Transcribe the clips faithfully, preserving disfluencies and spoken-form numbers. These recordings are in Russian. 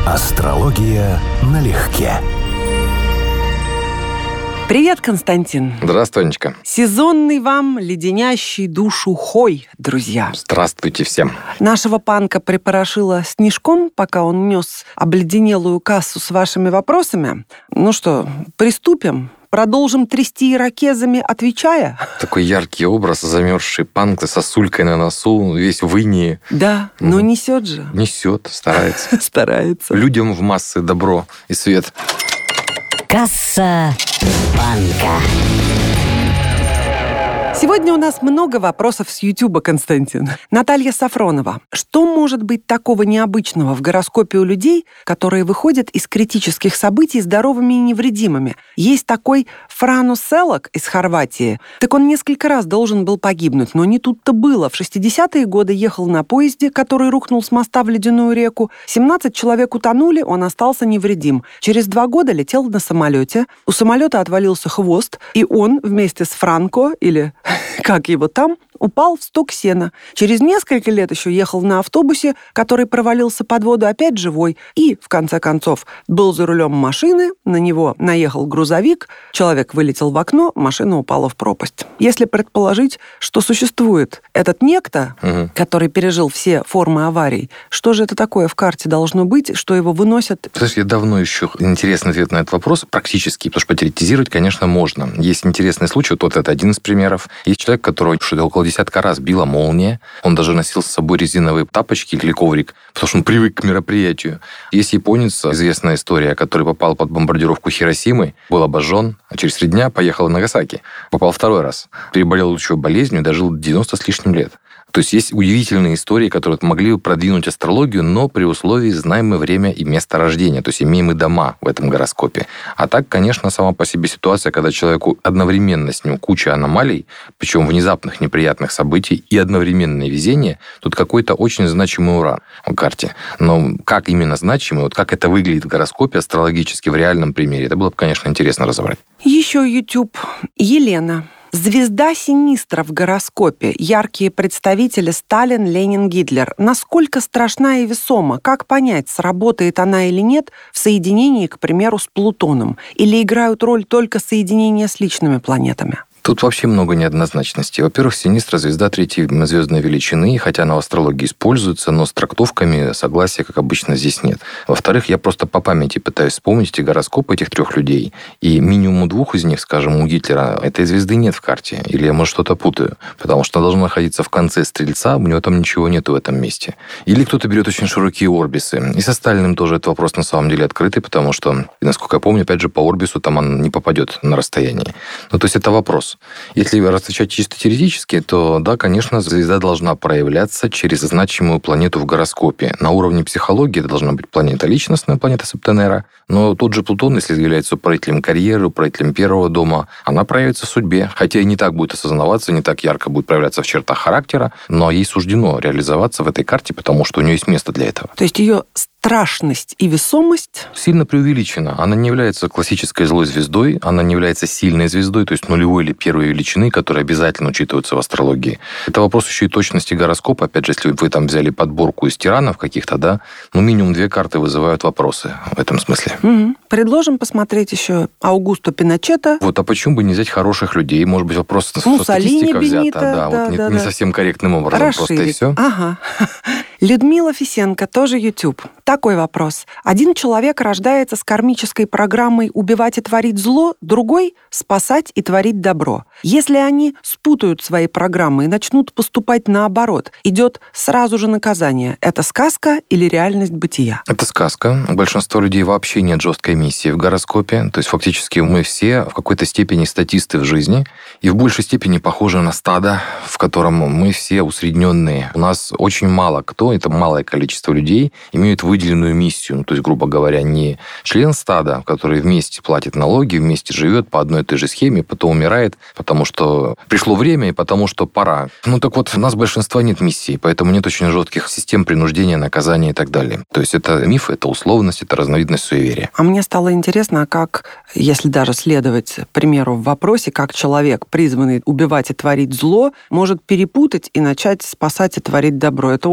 Астрология налегке. Привет, Константин. Здравствуй, Анечка. Сезонный вам леденящий душу хой, друзья. Здравствуйте всем. Нашего панка припорошило снежком, пока он нес обледенелую кассу с вашими вопросами. Ну что, приступим? Продолжим трясти ирокезами, отвечая? Такой яркий образ, замерзший панк с сосулькой на носу, весь в инии. Да, mm. но несет же. Несет, старается. Старается. Людям в массы добро и свет. Касса панка. Сегодня у нас много вопросов с Ютуба, Константин. Наталья Сафронова. Что может быть такого необычного в гороскопе у людей, которые выходят из критических событий здоровыми и невредимыми? Есть такой Франо Селок из Хорватии. Так он несколько раз должен был погибнуть, но не тут-то было. В шестидесятые годы ехал на поезде, который рухнул с моста в ледяную реку. семнадцать человек утонули, он остался невредим. Через два года летел на самолете. У самолета отвалился хвост, и он вместе с Франко, или как его там, упал в сток сена. Через несколько лет еще ехал на автобусе, который провалился под воду, опять живой. И, в конце концов, был за рулем машины, на него наехал грузовик, человек вылетел в окно, машина упала в пропасть. Если предположить, что существует этот некто, угу. который пережил все формы аварий, что же это такое в карте должно быть, что его выносят? Знаешь, я давно ищу интересный ответ на этот вопрос, практически, потому что потеоретизировать, конечно, можно. Есть интересный случай, вот это один из примеров. Есть человек, которого около десятка раз била молния. Он даже носил с собой резиновые тапочки или коврик, потому что он привык к мероприятию. Есть японец, известная история, который попал под бомбардировку Хиросимы, был обожжен, а через три дня поехал в Нагасаки. Попал второй раз. Переболел лучевой болезнью и дожил девяносто с лишним лет. То есть есть удивительные истории, которые могли бы продвинуть астрологию, но при условии знаем мы время и место рождения, то есть имеем мы дома в этом гороскопе. А так, конечно, сама по себе ситуация, когда человеку одновременно с ним куча аномалий, причем внезапных неприятных событий и одновременное везение, тут какой-то очень значимый уран в карте. Но как именно значимый, вот как это выглядит в гороскопе астрологически в реальном примере, это было бы, конечно, интересно разобрать. Еще YouTube. Елена. Звезда Синистра в гороскопе. Яркие представители Сталин, Ленин, Гитлер. Насколько страшна и весома? Как понять, сработает она или нет в соединении, к примеру, с Плутоном? Или играют роль только соединения с личными планетами? Тут вообще много неоднозначности. Во-первых, Синистра — звезда третьей звездной величины, хотя она в астрологии используется, но с трактовками согласия, как обычно, здесь нет. Во-вторых, я просто по памяти пытаюсь вспомнить эти гороскопы этих трех людей, и минимум у двух из них, скажем, у Гитлера, этой звезды нет в карте, или я, может, что-то путаю, потому что она должна находиться в конце Стрельца, у него там ничего нету в этом месте. Или кто-то берет очень широкие орбисы. И со Сталиным тоже этот вопрос на самом деле открытый, потому что, насколько я помню, опять же, по орбису там он не попадет на расстояние. Ну, то есть это вопрос. Если отвечать чисто теоретически, то да, конечно, звезда должна проявляться через значимую планету в гороскопе. На уровне психологии это должна быть планета личностная, планета Септенера, но тот же Плутон, если является управителем карьеры, управителем первого дома, она проявится в судьбе, хотя и не так будет осознаваться, не так ярко будет проявляться в чертах характера, но ей суждено реализоваться в этой карте, потому что у нее есть место для этого. То есть ее страшность и весомость сильно преувеличена. Она не является классической злой звездой, она не является сильной звездой, то есть нулевой или первой величины, которые обязательно учитываются в астрологии. Это вопрос еще и точности гороскопа. Опять же, если вы там взяли подборку из тиранов каких-то, да, ну, минимум две карты вызывают вопросы в этом смысле. Угу. Предложим посмотреть еще Аугусто Пиночета. Вот, а почему бы не взять хороших людей? Может быть, вопрос со статистика взята, да, да, вот да, не, не да. совсем корректным образом. Расширить. Просто и все. Ага. Людмила Фисенко, тоже YouTube. Такой вопрос. Один человек рождается с кармической программой «убивать и творить зло», другой — «спасать и творить добро». Если они спутают свои программы и начнут поступать наоборот, идет сразу же наказание. Это сказка или реальность бытия? Это сказка. У большинства людей вообще нет жесткой миссии в гороскопе. То есть фактически мы все в какой-то степени статисты в жизни и в большей степени похожи на стадо, в котором мы все усредненные. У нас очень мало кто, это малое количество людей, имеют выделенную миссию. Ну, то есть, грубо говоря, не член стада, который вместе платит налоги, вместе живет по одной и той же схеме, потом умирает, потому что пришло время и потому что пора. Ну так вот, у нас большинства нет миссии, поэтому нет очень жестких систем принуждения, наказания и так далее. То есть это миф, это условность, это разновидность суеверия. А мне стало интересно, а как, если даже следовать примеру в вопросе, как человек, призванный убивать и творить зло, может перепутать и начать спасать и творить добро. Это очень маловероятно.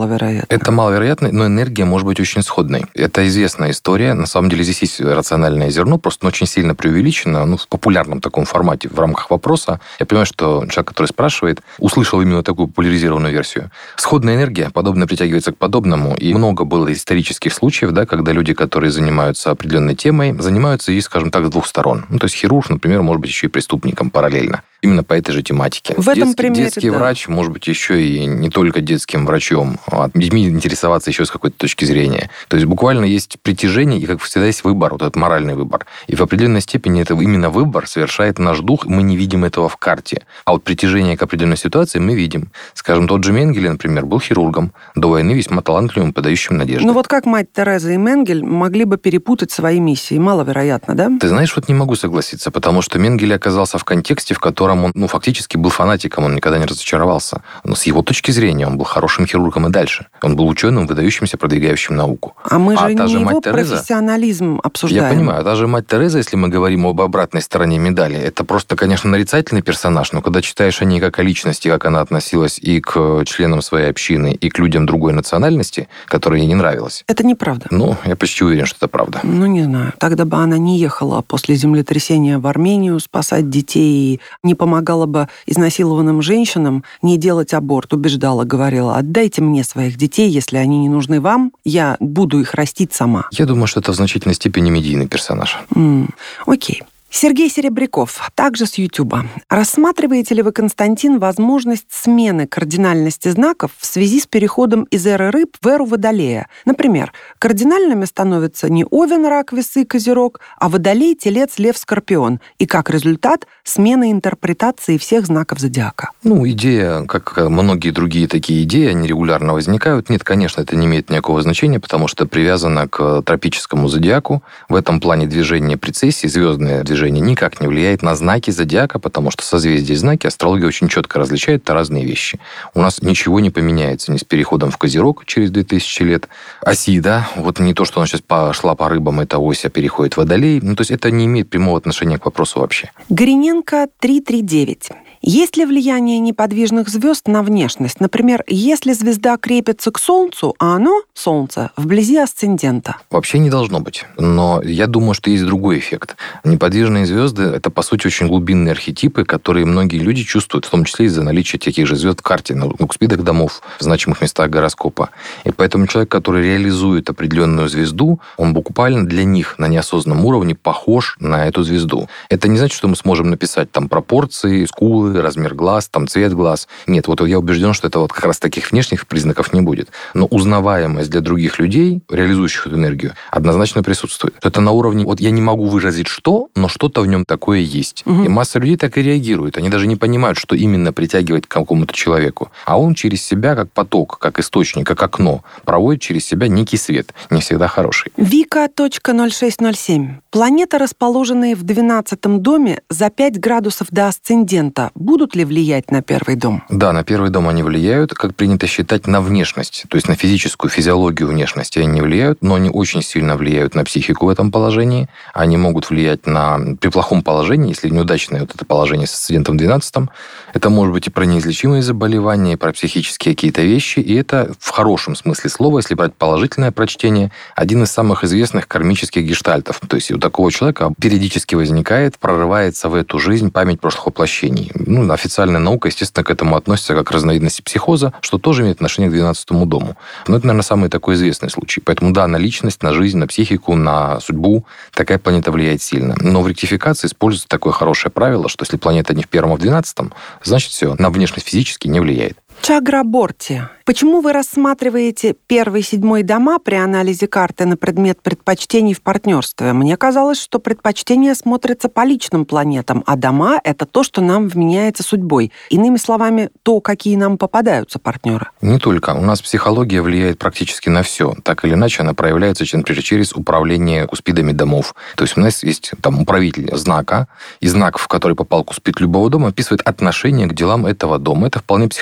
маловероятно. Это маловероятно, но энергия может быть очень сходной. Это известная история. На самом деле здесь есть рациональное зерно, просто очень сильно преувеличено, ну, в популярном таком формате, в рамках вопроса. Я понимаю, что человек, который спрашивает, услышал именно такую популяризированную версию. Сходная энергия, подобное притягивается к подобному, и много было исторических случаев, да, когда люди, которые занимаются определенной темой, занимаются и, скажем так, с двух сторон. Ну, то есть хирург, например, может быть еще и преступником параллельно. Именно по этой же тематике. В этом детский, примере, детский да. врач может быть еще и не только детским врачом, а детьми интересоваться еще с какой-то точки зрения. То есть буквально есть притяжение, и, как всегда, есть выбор, вот этот моральный выбор. И в определенной степени это именно выбор совершает наш дух, мы не видим этого в карте. А вот притяжение к определенной ситуации мы видим. Скажем, тот же Менгеле, например, был хирургом, до войны весьма талантливым, подающим надежды. Ну вот как мать Тереза и Менгель могли бы перепутать свои миссии? Маловероятно, да? Ты знаешь, вот не могу согласиться, потому что Менгеле оказался в контексте, в котором он, ну, фактически был фанатиком, он никогда не разочаровался. Но с его точки зрения он был хорошим хирургом и дальше. Он был ученым, выдающимся, продвигающим науку. А мы же а не та же его мать Тереза, профессионализм обсуждаем. я понимаю, та же мать Тереза, если мы говорим об обратной стороне медали, это просто, конечно, нарицательный персонаж, но когда читаешь о ней как о личности, как она относилась и к членам своей общины, и к людям другой национальности, которая ей не нравилась. Это неправда. Ну, я почти уверен, что это правда. Ну, не знаю. Тогда бы она не ехала после землетрясения в Армению спасать детей, и не помогала бы изнасилованным женщинам не делать аборт. Убеждала, говорила, отдайте мне своих детей, если они не нужны вам, я буду их растить сама. Я думаю, что это в значительной степени медийный персонаж. М-м, окей. Сергей Серебряков, также с Ютуба. Рассматриваете ли вы, Константин, возможность смены кардинальности знаков в связи с переходом из эры рыб в эру Водолея? Например, кардинальными становятся не Овен, Рак, Весы, Козерог, а Водолей, Телец, Лев, Скорпион. И как результат смена интерпретации всех знаков зодиака. Ну, идея, как многие другие такие идеи, они регулярно возникают. Нет, конечно, это не имеет никакого значения, потому что привязано к тропическому зодиаку. В этом плане движение прецессии, звездное движение, никак не влияет на знаки зодиака, потому что созвездия и знаки астрология очень четко различает, это разные вещи. У нас ничего не поменяется ни с переходом в Козерог через две тысячи лет. Оси, да, вот не то, что она сейчас пошла по рыбам, это ось, а переходит в Водолей. Ну, то есть это не имеет прямого отношения к вопросу вообще. Гриненко три три девять. Есть ли влияние неподвижных звезд на внешность? Например, если звезда крепится к Солнцу, а оно, Солнце, вблизи асцендента? Вообще не должно быть. Но я думаю, что есть другой эффект. Неподвижные звезды — это, по сути, очень глубинные архетипы, которые многие люди чувствуют, в том числе из-за наличия таких же звезд в карте, на куспидах домов, в значимых местах гороскопа. И поэтому человек, который реализует определенную звезду, он буквально для них на неосознанном уровне похож на эту звезду. Это не значит, что мы сможем написать там пропорции, скулы, размер глаз, там цвет глаз. Нет, вот я убежден, что это вот как раз таких внешних признаков не будет. Но узнаваемость для других людей, реализующих эту энергию, однозначно присутствует. Это на уровне, вот я не могу выразить что, но что-то в нем такое есть. Угу. И масса людей так и реагирует. Они даже не понимают, что именно притягивает к какому-то человеку. А он через себя, как поток, как источник, как окно, проводит через себя некий свет, не всегда хороший. Вика ноль шесть ноль семь. Планеты, расположенные в двенадцатом доме за пять градусов до асцендента, будут ли влиять на первый дом? Да, на первый дом они влияют, как принято считать, на внешность. То есть на физическую физиологию внешности они не влияют, но они очень сильно влияют на психику в этом положении. Они могут влиять на... При плохом положении, если неудачное вот это положение с асцендентом двенадцатым, это может быть и про неизлечимые заболевания, и про психические какие-то вещи. И это в хорошем смысле слова, если брать положительное прочтение, один из самых известных кармических гештальтов. То есть у такого человека периодически возникает, прорывается в эту жизнь память прошлых воплощений. Ну, официальная наука, естественно, к этому относится как к разновидности психоза, что тоже имеет отношение к двенадцатому дому. Но это, наверное, самый такой известный случай. Поэтому, да, на личность, на жизнь, на психику, на судьбу такая планета влияет сильно. Но в ректификации используется такое хорошее правило, что если планета не в первом, а в двенадцатом, значит, все, на внешность физически не влияет. Чаграборти. Почему вы рассматриваете первый и седьмой дома при анализе карты на предмет предпочтений в партнерстве? Мне казалось, что предпочтения смотрятся по личным планетам, а дома — это то, что нам вменяется судьбой. Иными словами, то, какие нам попадаются партнеры. Не только. У нас психология влияет практически на все. Так или иначе, она проявляется, например, через управление куспидами домов. То есть у нас есть там управитель знака, и знак, в который попал куспид любого дома, описывает отношение к делам этого дома. Это вполне психологически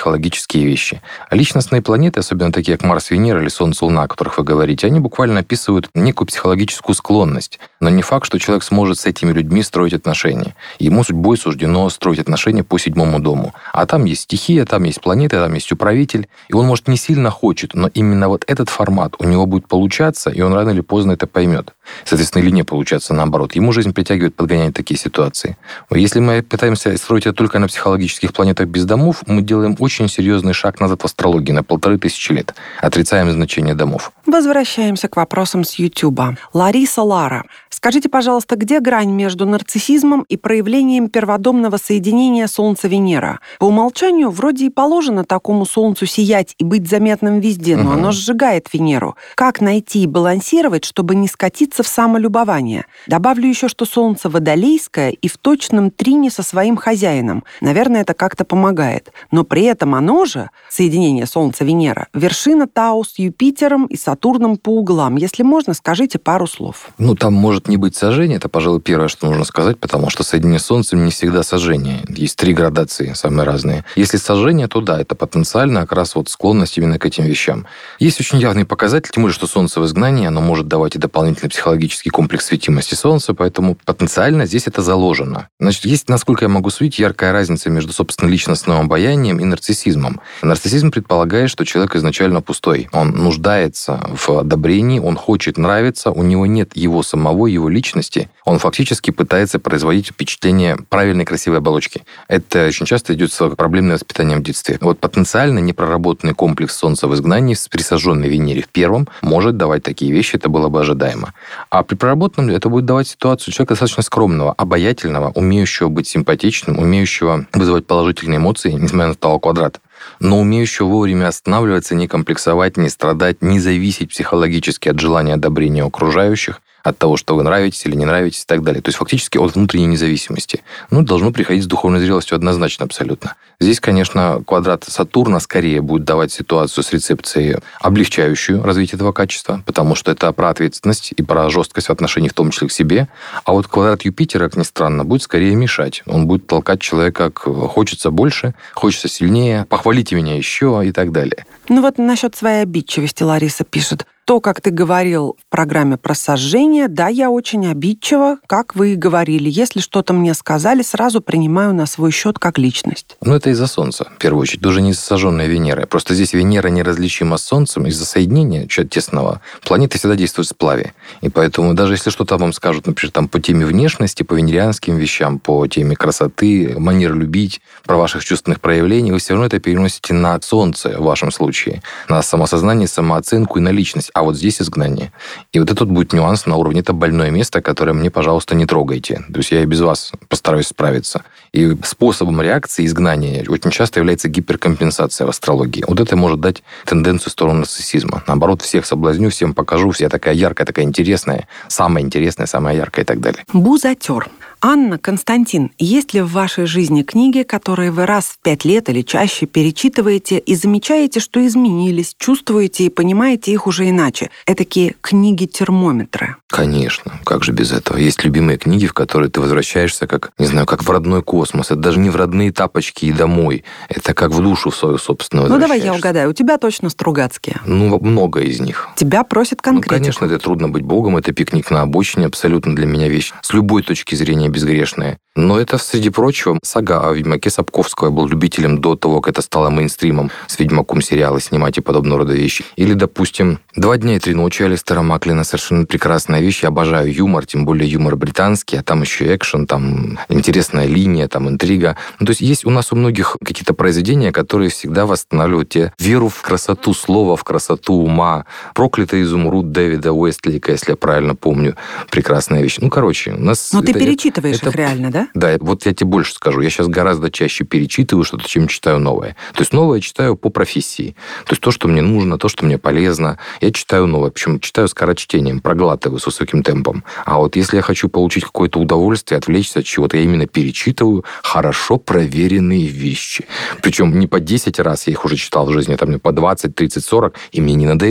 физические вещи. А личностные планеты, особенно такие, как Марс, Венера или Солнце, Луна, о которых вы говорите, они буквально описывают некую психологическую склонность. Но не факт, что человек сможет с этими людьми строить отношения. Ему судьбой суждено строить отношения по седьмому дому. А там есть стихия, там есть планеты, там есть управитель. И он, может, не сильно хочет, но именно вот этот формат у него будет получаться, и он рано или поздно это поймет. Соответственно, или не получаться, наоборот. Ему жизнь притягивает, подгоняет такие ситуации. Если мы пытаемся строить это только на психологических планетах без домов, мы делаем очень серьезный шаг назад в астрологии на полторы тысячи лет. Отрицаем значение домов. Возвращаемся к вопросам с Ютуба. Лариса Лара. Скажите, пожалуйста, где грань между нарциссизмом и проявлением перводомного соединения Солнца-Венера? По умолчанию вроде и положено такому Солнцу сиять и быть заметным везде, но угу. оно сжигает Венеру. Как найти и балансировать, чтобы не скатиться в самолюбование? Добавлю еще, что Солнце водолейское и в точном трине со своим хозяином. Наверное, это как-то помогает. Но при этом оно же, соединение Солнца-Венера, вершина Тау с Юпитером и Сатурном по углам. Если можно, скажите пару слов. Ну, там может не быть сожжения, это, пожалуй, первое, что нужно сказать, потому что соединение с Солнцем не всегда сожжение. Есть три градации, самые разные. Если сожжение, то да, это потенциально как раз вот склонность именно к этим вещам. Есть очень явные показатели, тем более, что Солнце в изгнании, оно может давать и дополнительный психологический комплекс светимости Солнца, поэтому потенциально здесь это заложено. Значит, есть, насколько я могу судить, яркая разница между, собственно, личностным обаянием и нарциссизмом. Нарциссизм предполагает, что человек изначально пустой. Он нуждается в одобрении, он хочет нравиться, у него нет его самого, его личности. Он фактически пытается производить впечатление правильной, красивой оболочки. Это очень часто идет с проблемным воспитанием в детстве. Вот потенциально непроработанный комплекс Солнца в изгнании с присожженной Венере в первом может давать такие вещи, это было бы ожидаемо. А при проработанном это будет давать ситуацию человека достаточно скромного, обаятельного, умеющего быть симпатичным, умеющего вызывать положительные эмоции, несмотря на Тау квадрат, но умеющего вовремя останавливаться, не комплексовать, не страдать, не зависеть психологически от желания одобрения окружающих, от того, что вы нравитесь или не нравитесь и так далее. То есть фактически от внутренней независимости. Ну, должно приходить с духовной зрелостью однозначно, абсолютно. Здесь, конечно, квадрат Сатурна скорее будет давать ситуацию с рецепцией, облегчающую развитие этого качества, потому что это про ответственность и про жесткость в отношении, в том числе к себе. А вот квадрат Юпитера, как ни странно, будет скорее мешать. Он будет толкать человека, как хочется больше, хочется сильнее, похвалите меня еще и так далее. Ну вот насчет своей обидчивости Лариса пишет. То, как ты говорил в программе про сожжение, да, я очень обидчива, как вы и говорили. Если что-то мне сказали, сразу принимаю на свой счет как личность. Ну, это из-за Солнца, в первую очередь. Тоже не из-за сожженной Венеры. Просто здесь Венера неразличима с Солнцем из-за соединения чего-то тесного. Планеты всегда действуют в сплаве. И поэтому даже если что-то вам скажут, например, там, по теме внешности, по венерианским вещам, по теме красоты, манер любить, про ваших чувственных проявлений, вы все равно это переносите на Солнце в вашем случае. На самосознание, самооценку и на личность. А вот здесь изгнание. И вот этот будет нюанс на уровне, это больное место, которое мне, пожалуйста, не трогайте. То есть я и без вас постараюсь справиться. И способом реакции изгнания очень часто является гиперкомпенсация в астрологии. Вот это может дать тенденцию в сторону нарциссизма. Наоборот, всех соблазню, всем покажу, вся такая яркая, такая интересная, самая интересная, самая яркая и так далее. Бузатер. Анна, Константин, есть ли в вашей жизни книги, которые вы раз в пять лет или чаще перечитываете и замечаете, что изменились, чувствуете и понимаете их уже иначе? Этакие книги-термометры. Конечно, как же без этого? Есть любимые книги, в которые ты возвращаешься как, не знаю, как в родной космос. Это даже не в родные тапочки и домой. Это как в душу свою собственную. Ну, давай я угадаю. У тебя точно Стругацкие. Ну, много из них. Тебя просят конкретику. Ну, конечно, это трудно быть богом. Это пикник на обочине. Абсолютно для меня вещь с любой точки зрения безгрешная. Но это, среди прочего, сага о Ведьмаке Сапковского. Я был любителем до того, как это стало мейнстримом с Ведьмаком сериалы снимать и подобного рода вещи. Или, допустим, «Два дня и три ночи» Алистера Маклина. Совершенно прекрасная вещь. Я обожаю юмор, тем более юмор британский, а там еще экшен, там интересная линия, там интрига. Ну, то есть есть у нас у многих какие-то произведения, которые всегда восстанавливают тебе веру в красоту слова, в красоту ума. «Проклятый изумруд» Дэвида Уэстлика, если я правильно помню. Прекрасная вещь. Ну, короче, у нас... Но ты перечитываешь это, их реально, да? Да, вот я тебе больше скажу. Я сейчас гораздо чаще перечитываю что-то, чем читаю новое. То есть новое читаю по профессии. То есть то, что мне нужно, то, что мне полезно. Я читаю новое. Причем читаю скорочтением, проглатываю с высоким темпом. А вот если я хочу получить какое-то удовольствие, отвлечься от чего-то, я именно перечитываю хорошо проверенные вещи. Причем не по десять раз, я их уже читал в жизни, там по двадцать, тридцать, сорок, и мне не надоедает.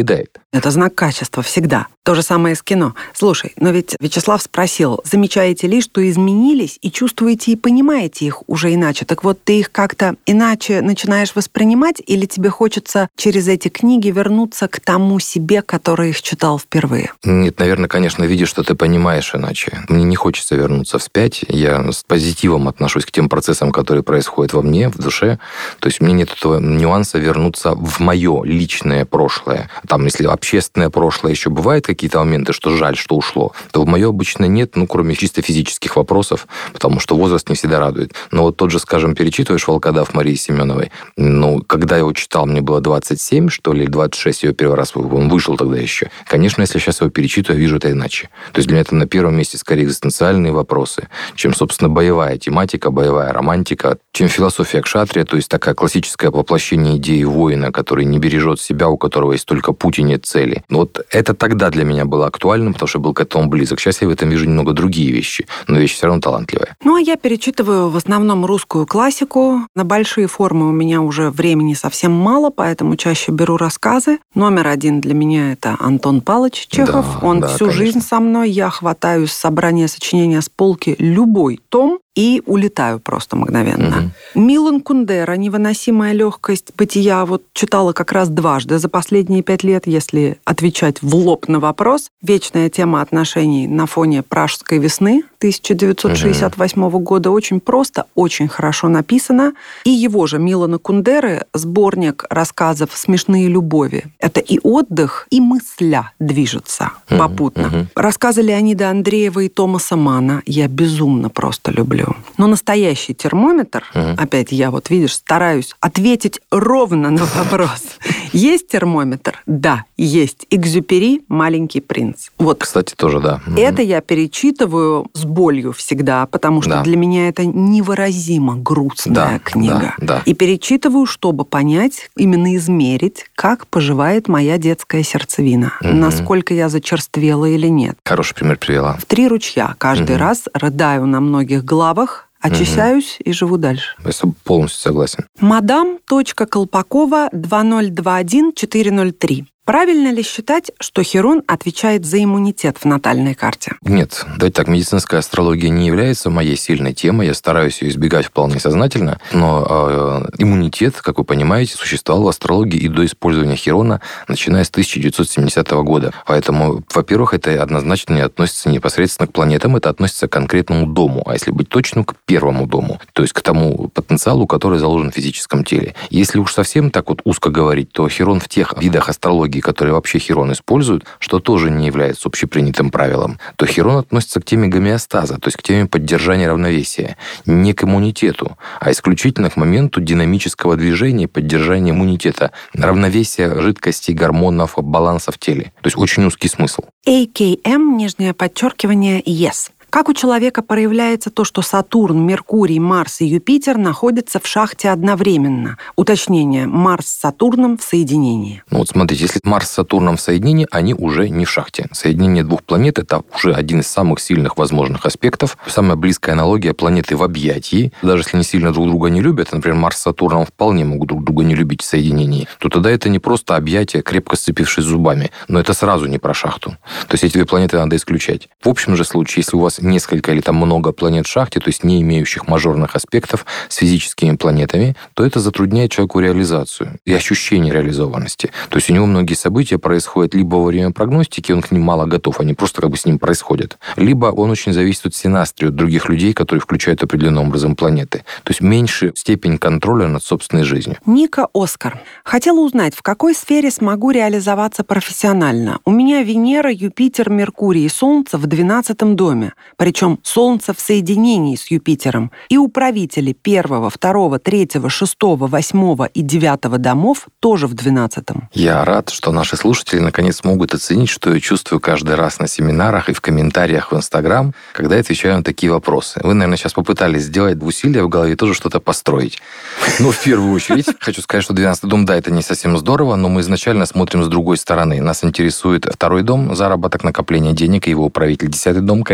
Это знак качества всегда. То же самое и с кино. Слушай, но ведь Вячеслав спросил, замечаете ли, что изменились и чувствуете и понимаете их уже иначе? Так вот, ты их как-то иначе начинаешь воспринимать или тебе хочется через эти книги вернуться к тому себе, который их читал впервые? Нет, наверное, конечно, видишь, что ты понимаешь иначе. Мне не хочется вернуться вспять. Я с позитивом отношусь к тем процессам, которые происходят во мне, в душе. То есть у меня нет этого нюанса вернуться в мое личное прошлое. Там, если общественное прошлое еще бывает какие-то моменты, что жаль, что ушло, то в мое обычно нет, ну, кроме чисто физических вопросов, потому что возраст не всегда радует. Но вот тот же, скажем, перечитываешь «Волкодав» Марии Семеновой. Ну, когда я его читал, мне было двадцать семь, что ли, или двадцать шесть, я первый раз, он вышел тогда еще. Конечно, если я сейчас его перечитываю, я вижу это иначе. То есть для меня это на первом месте скорее экзистенциальные вопросы, чем, собственно, боевая тематика, боевая романтика, чем философия кшатрия, то есть такая классическое воплощение идеи воина, который не бережет себя, у которого есть только путь и нет цели. Но вот это тогда для меня было актуальным, потому что был к этому близок. Сейчас я в этом вижу немного другие вещи, но вещи все равно талантливые. Ну, а я перечитываю в основном русскую классику. На большие формы у меня уже времени совсем мало, поэтому чаще беру рассказы. Номер один для меня это Антон Палыч Чехов. Да, Он да, всю конечно. жизнь со мной. Я хватаю с собрания сочинения с полки любой том и улетаю просто мгновенно. Угу. Милан Кундера «Невыносимая легкость бытия» вот читала как раз дважды за последние пять лет, если отвечать в лоб на вопрос. Вечная тема отношений на фоне Пражской весны тысяча девятьсот шестьдесят восьмого года. Очень просто, очень хорошо написано. И его же Милана Кундеры сборник рассказов «Смешные любови». Это и отдых, и мысля движется угу. попутно. Угу. Рассказы Леонида Андреева и Томаса Манна я безумно просто люблю. Но настоящий термометр, угу. опять я вот, видишь, стараюсь ответить ровно на вопрос. Есть термометр? Да, есть. Экзюпери «Маленький принц». Вот. Кстати, тоже, да. Это я перечитываю с болью всегда, потому что да. для меня это невыразимо грустная да, книга. Да, да. И перечитываю, чтобы понять, именно измерить, как поживает моя детская сердцевина. Угу. Насколько я зачерствела или нет. Хороший пример привела. В три ручья каждый угу. раз рыдаю на многих главах, очищаюсь угу. и живу дальше. Я с тобой полностью согласен. Мадам Колпакова два ноль два один четыре ноль три. Правильно ли считать, что Хирон отвечает за иммунитет в натальной карте? Нет. Давайте так, медицинская астрология не является моей сильной темой, я стараюсь ее избегать вполне сознательно, но э, иммунитет, как вы понимаете, существовал в астрологии и до использования Хирона, начиная с тысяча девятьсот семидесятого года. Поэтому, во-первых, это однозначно не относится непосредственно к планетам, это относится к конкретному дому, а если быть точным, к первому дому, то есть к тому потенциалу, который заложен в физическом теле. Если уж совсем так вот узко говорить, то Хирон в тех видах астрологии, которые вообще Хирон используют, что тоже не является общепринятым правилом, то Хирон относится к теме гомеостаза, то есть к теме поддержания равновесия, не к иммунитету, а исключительно к моменту динамического движения и поддержания иммунитета, равновесия жидкостей, гормонов, баланса в теле. То есть очень узкий смысл. эй кей эм, нижнее подчеркивание, yes. Как у человека проявляется то, что Сатурн, Меркурий, Марс и Юпитер находятся в шахте одновременно? Уточнение. Марс с Сатурном в соединении. Ну вот смотрите, если Марс с Сатурном в соединении, они уже не в шахте. Соединение двух планет – это уже один из самых сильных возможных аспектов. Самая близкая аналогия – планеты в объятии. Даже если они сильно друг друга не любят, например, Марс с Сатурном вполне могут друг друга не любить в соединении, то тогда это не просто объятие, крепко сцепившись зубами, но это сразу не про шахту. То есть эти две планеты надо исключать. В общем же случае, если у вас несколько или там много планет в шахте, то есть не имеющих мажорных аспектов с физическими планетами, то это затрудняет человеку реализацию и ощущение реализованности. То есть у него многие события происходят либо во время прогностики, он к ним мало готов, они просто как бы с ним происходят, либо он очень зависит от синастрии, от других людей, которые включают определенным образом планеты. То есть меньше степень контроля над собственной жизнью. Ника Оскар. Хотела узнать, в какой сфере смогу реализоваться профессионально. У меня Венера, Юпитер, Меркурий и Солнце в двенадцатом доме. Причем Солнце в соединении с Юпитером. И управители первого, второго, третьего, шестого, восьмого и девятого домов тоже в двенадцатом. Я рад, что наши слушатели наконец могут оценить, что я чувствую каждый раз на семинарах и в комментариях в Инстаграм, когда я отвечаю на такие вопросы. Вы, наверное, сейчас попытались сделать усилия в голове тоже что-то построить. Но в первую очередь хочу сказать, что двенадцатый дом, да, это не совсем здорово, но мы изначально смотрим с другой стороны. Нас интересует второй дом, заработок, накопление денег, и его управитель. Десятый дом, карьера, профессия.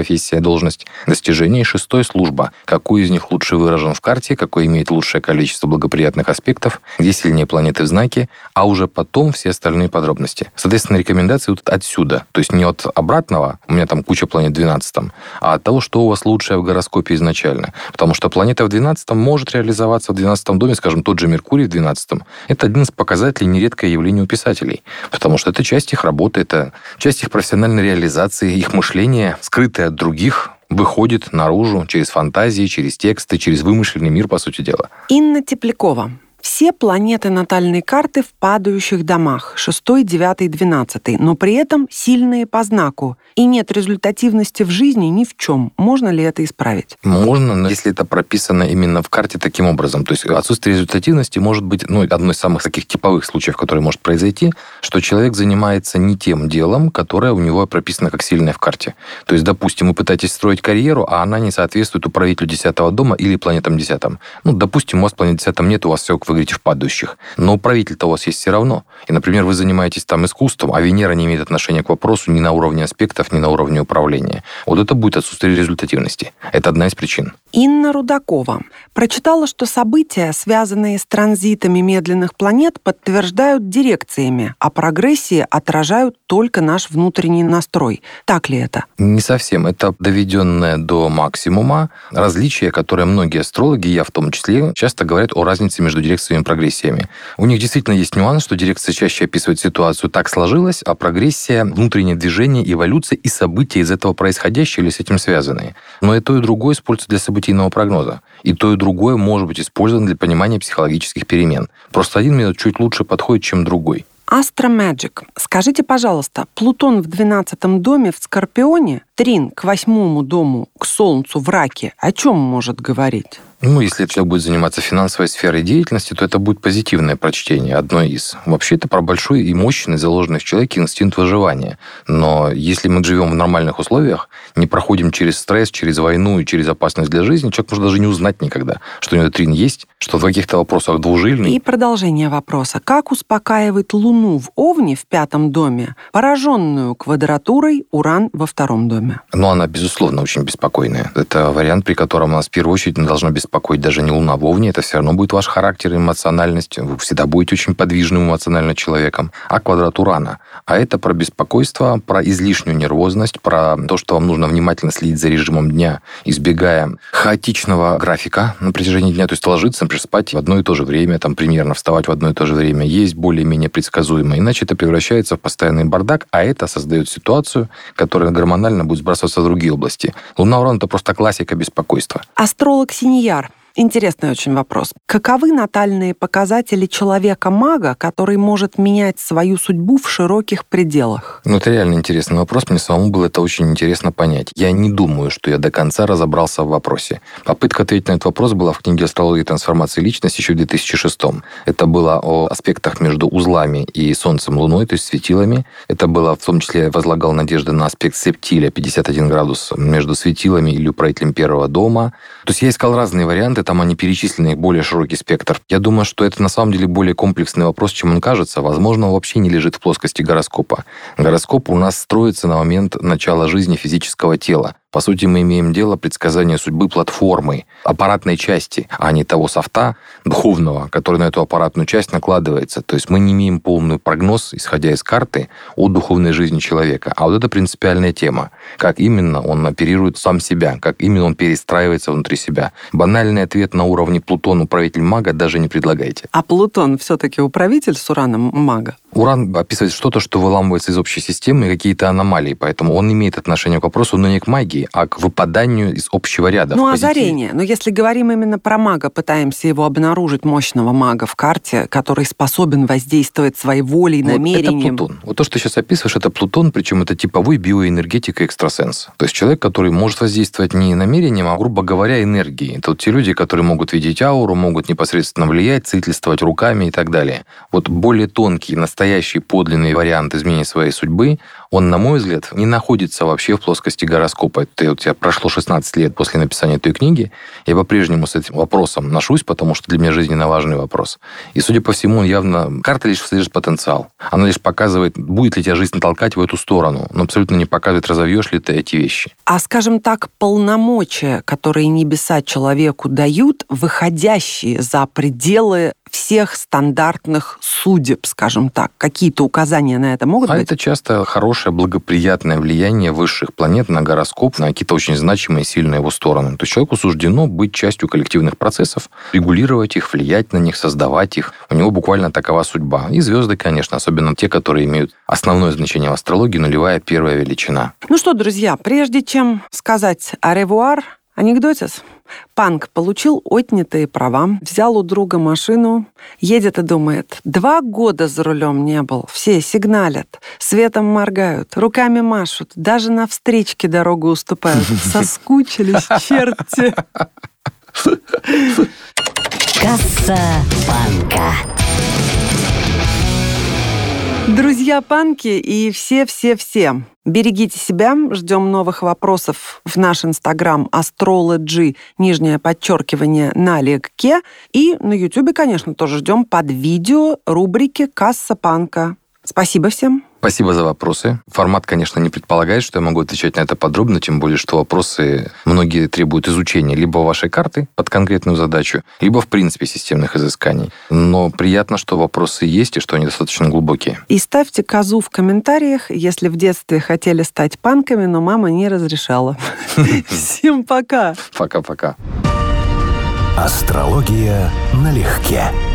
профессия, должность. Достижение. Шестой – служба. Какой из них лучше выражен в карте, какой имеет лучшее количество благоприятных аспектов, где сильнее планеты в знаке, а уже потом все остальные подробности. Соответственно, рекомендации вот отсюда. То есть не от обратного, у меня там куча планет в двенадцатом, а от того, что у вас лучшее в гороскопе изначально. Потому что планета в двенадцатом может реализоваться в двенадцатом доме, скажем, тот же Меркурий в двенадцатом. Это один из показателей нередкое явление у писателей. Потому что это часть их работы, это часть их профессиональной реализации, их мышления, скрытое от других, выходит наружу через фантазии, через тексты, через вымышленный мир, по сути дела. Инна Теплякова. Все планеты натальной карты в падающих домах шестой, девятый, двенадцатый, но при этом сильные по знаку. И нет результативности в жизни ни в чем. Можно ли это исправить? Можно, но если это прописано именно в карте таким образом. То есть отсутствие результативности может быть ну, одной из самых таких типовых случаев, которые может произойти, что человек занимается не тем делом, которое у него прописано как сильное в карте. То есть, допустим, вы пытаетесь строить карьеру, а она не соответствует управителю десятого дома или планетам десятом. Ну, допустим, у вас планет десятом нет, у вас все, как вы говорите, в падающих. Но управитель-то у вас есть все равно. И, например, вы занимаетесь там искусством, а Венера не имеет отношения к вопросу ни на уровне аспектов, ни на уровне управления. Вот это будет отсутствие результативности. Это одна из причин. Инна Рудакова. Прочитала, что события, связанные с транзитами медленных планет, подтверждают дирекциями, а прогрессии отражают только наш внутренний настрой. Так ли это? Не совсем. Это доведенное до максимума различие, которое многие астрологи, я в том числе, часто говорят о разнице между дирекциями и прогрессиями. У них действительно есть нюанс, что дирекция чаще описывает ситуацию «так сложилось», а прогрессия — внутреннее движение, эволюция и события из этого происходящие или с этим связанные. Но и то, и другое используется для событийного прогноза. И то, и другое может быть использовано для понимания психологических перемен. Просто один метод чуть лучше подходит, чем другой. Астромэджик. Скажите, пожалуйста, Плутон в двенадцатом доме в Скорпионе, трин к восьмому дому, к Солнцу в Раке, о чем может говорить? Ну, если человек будет заниматься финансовой сферой деятельности, то это будет позитивное прочтение, одно из. Вообще, это про большой и мощный, заложенный в человеке инстинкт выживания. Но если мы живем в нормальных условиях, не проходим через стресс, через войну и через опасность для жизни, человек может даже не узнать никогда, что у него трин есть, что в каких-то вопросах двужильный. И продолжение вопроса. Как успокаивает Луну в Овне в пятом доме, пораженную квадратурой Уран во втором доме? Ну, она, безусловно, очень беспокойная. Это вариант, при котором нас в первую очередь должна беспокоить даже не Луна в Овне, это все равно будет ваш характер и эмоциональность. Вы всегда будете очень подвижным эмоционально человеком. А квадрат Урана. А это про беспокойство, про излишнюю нервозность, про то, что вам нужно внимательно следить за режимом дня, избегая хаотичного графика на протяжении дня. То есть ложиться, например, спать в одно и то же время, там примерно вставать в одно и то же время, есть более-менее предсказуемо. Иначе это превращается в постоянный бардак, а это создает ситуацию, которая гормонально будет сбрасываться в другие области. Луна Уран — это просто классика беспокойства. Астролог Синьяр. Интересный очень вопрос. Каковы натальные показатели человека-мага, который может менять свою судьбу в широких пределах? Ну, это реально интересный вопрос. Мне самому было это очень интересно понять. Я не думаю, что я до конца разобрался в вопросе. Попытка ответить на этот вопрос была в книге «Астрология и трансформация личности» еще в две тысячи шестом. Это было о аспектах между узлами и Солнцем, Луной, то есть светилами. Это было, в том числе, я возлагал надежды на аспект септиля, пятьдесят один градус, между светилами или управителем первого дома. То есть я искал разные варианты, там они перечислены, их более широкий спектр. Я думаю, что это на самом деле более комплексный вопрос, чем он кажется. Возможно, он вообще не лежит в плоскости гороскопа. Гороскоп у нас строится на момент начала жизни физического тела. По сути, мы имеем дело предсказания судьбы платформы, аппаратной части, а не того софта духовного, который на эту аппаратную часть накладывается. То есть мы не имеем полный прогноз, исходя из карты, о духовной жизни человека. А вот это принципиальная тема. Как именно он оперирует сам себя, как именно он перестраивается внутри себя. Банальный ответ на уровне Плутон, управитель мага, даже не предлагайте. А Плутон все-таки управитель с Ураном мага? Уран описывает что-то, что выламывается из общей системы, и какие-то аномалии. Поэтому он имеет отношение к вопросу, но не к магии, а к выпаданию из общего ряда. Ну, озарение. Но если говорим именно про мага, пытаемся его обнаружить, мощного мага в карте, который способен воздействовать своей волей, вот намерением. Это Плутон. Вот то, что ты сейчас описываешь, это Плутон, причем это типовой биоэнергетик и экстрасенс. То есть человек, который может воздействовать не намерением, а, грубо говоря, энергией. Это вот те люди, которые могут видеть ауру, могут непосредственно влиять, целительствовать руками и так далее. Вот более тонкий, настоящий, подлинный вариант изменения своей судьбы, он, на мой взгляд, не находится вообще в плоскости гороскопа. И вот я прошло шестнадцать лет после написания этой книги, я по-прежнему с этим вопросом ношусь, потому что для меня жизненно важный вопрос. И, судя по всему, он явно... Карта лишь содержит потенциал. Она лишь показывает, будет ли тебя жизнь толкать в эту сторону, но абсолютно не показывает, разовьешь ли ты эти вещи. А, скажем так, полномочия, которые небеса человеку дают, выходящие за пределы всех стандартных судеб, скажем так. Какие-то указания на это могут а быть? А это часто хорошее, благоприятное влияние высших планет на гороскоп, на какие-то очень значимые и сильные его стороны. То есть человеку суждено быть частью коллективных процессов, регулировать их, влиять на них, создавать их. У него буквально такова судьба. И звезды, конечно, особенно те, которые имеют основное значение в астрологии, нулевая первая величина. Ну что, друзья, прежде чем сказать «аревуар», анекдотис. Панк получил отнятые права, взял у друга машину, едет и думает, два года за рулем не был, все сигналят, светом моргают, руками машут, даже на встречке дорогу уступают. Соскучились черти. Касса Панка. Друзья панки и все-все-все. Берегите себя, ждем новых вопросов в наш инстаграм astrology, нижнее подчеркивание, налегке. И на ютубе, конечно, тоже ждем под видео рубрики «Касса Панка». Спасибо всем. Спасибо за вопросы. Формат, конечно, не предполагает, что я могу отвечать на это подробно, тем более, что вопросы многие требуют изучения либо вашей карты под конкретную задачу, либо, в принципе, системных изысканий. Но приятно, что вопросы есть и что они достаточно глубокие. И ставьте козу в комментариях, если в детстве хотели стать панками, но мама не разрешала. Всем пока. Пока-пока. Астрология налегке.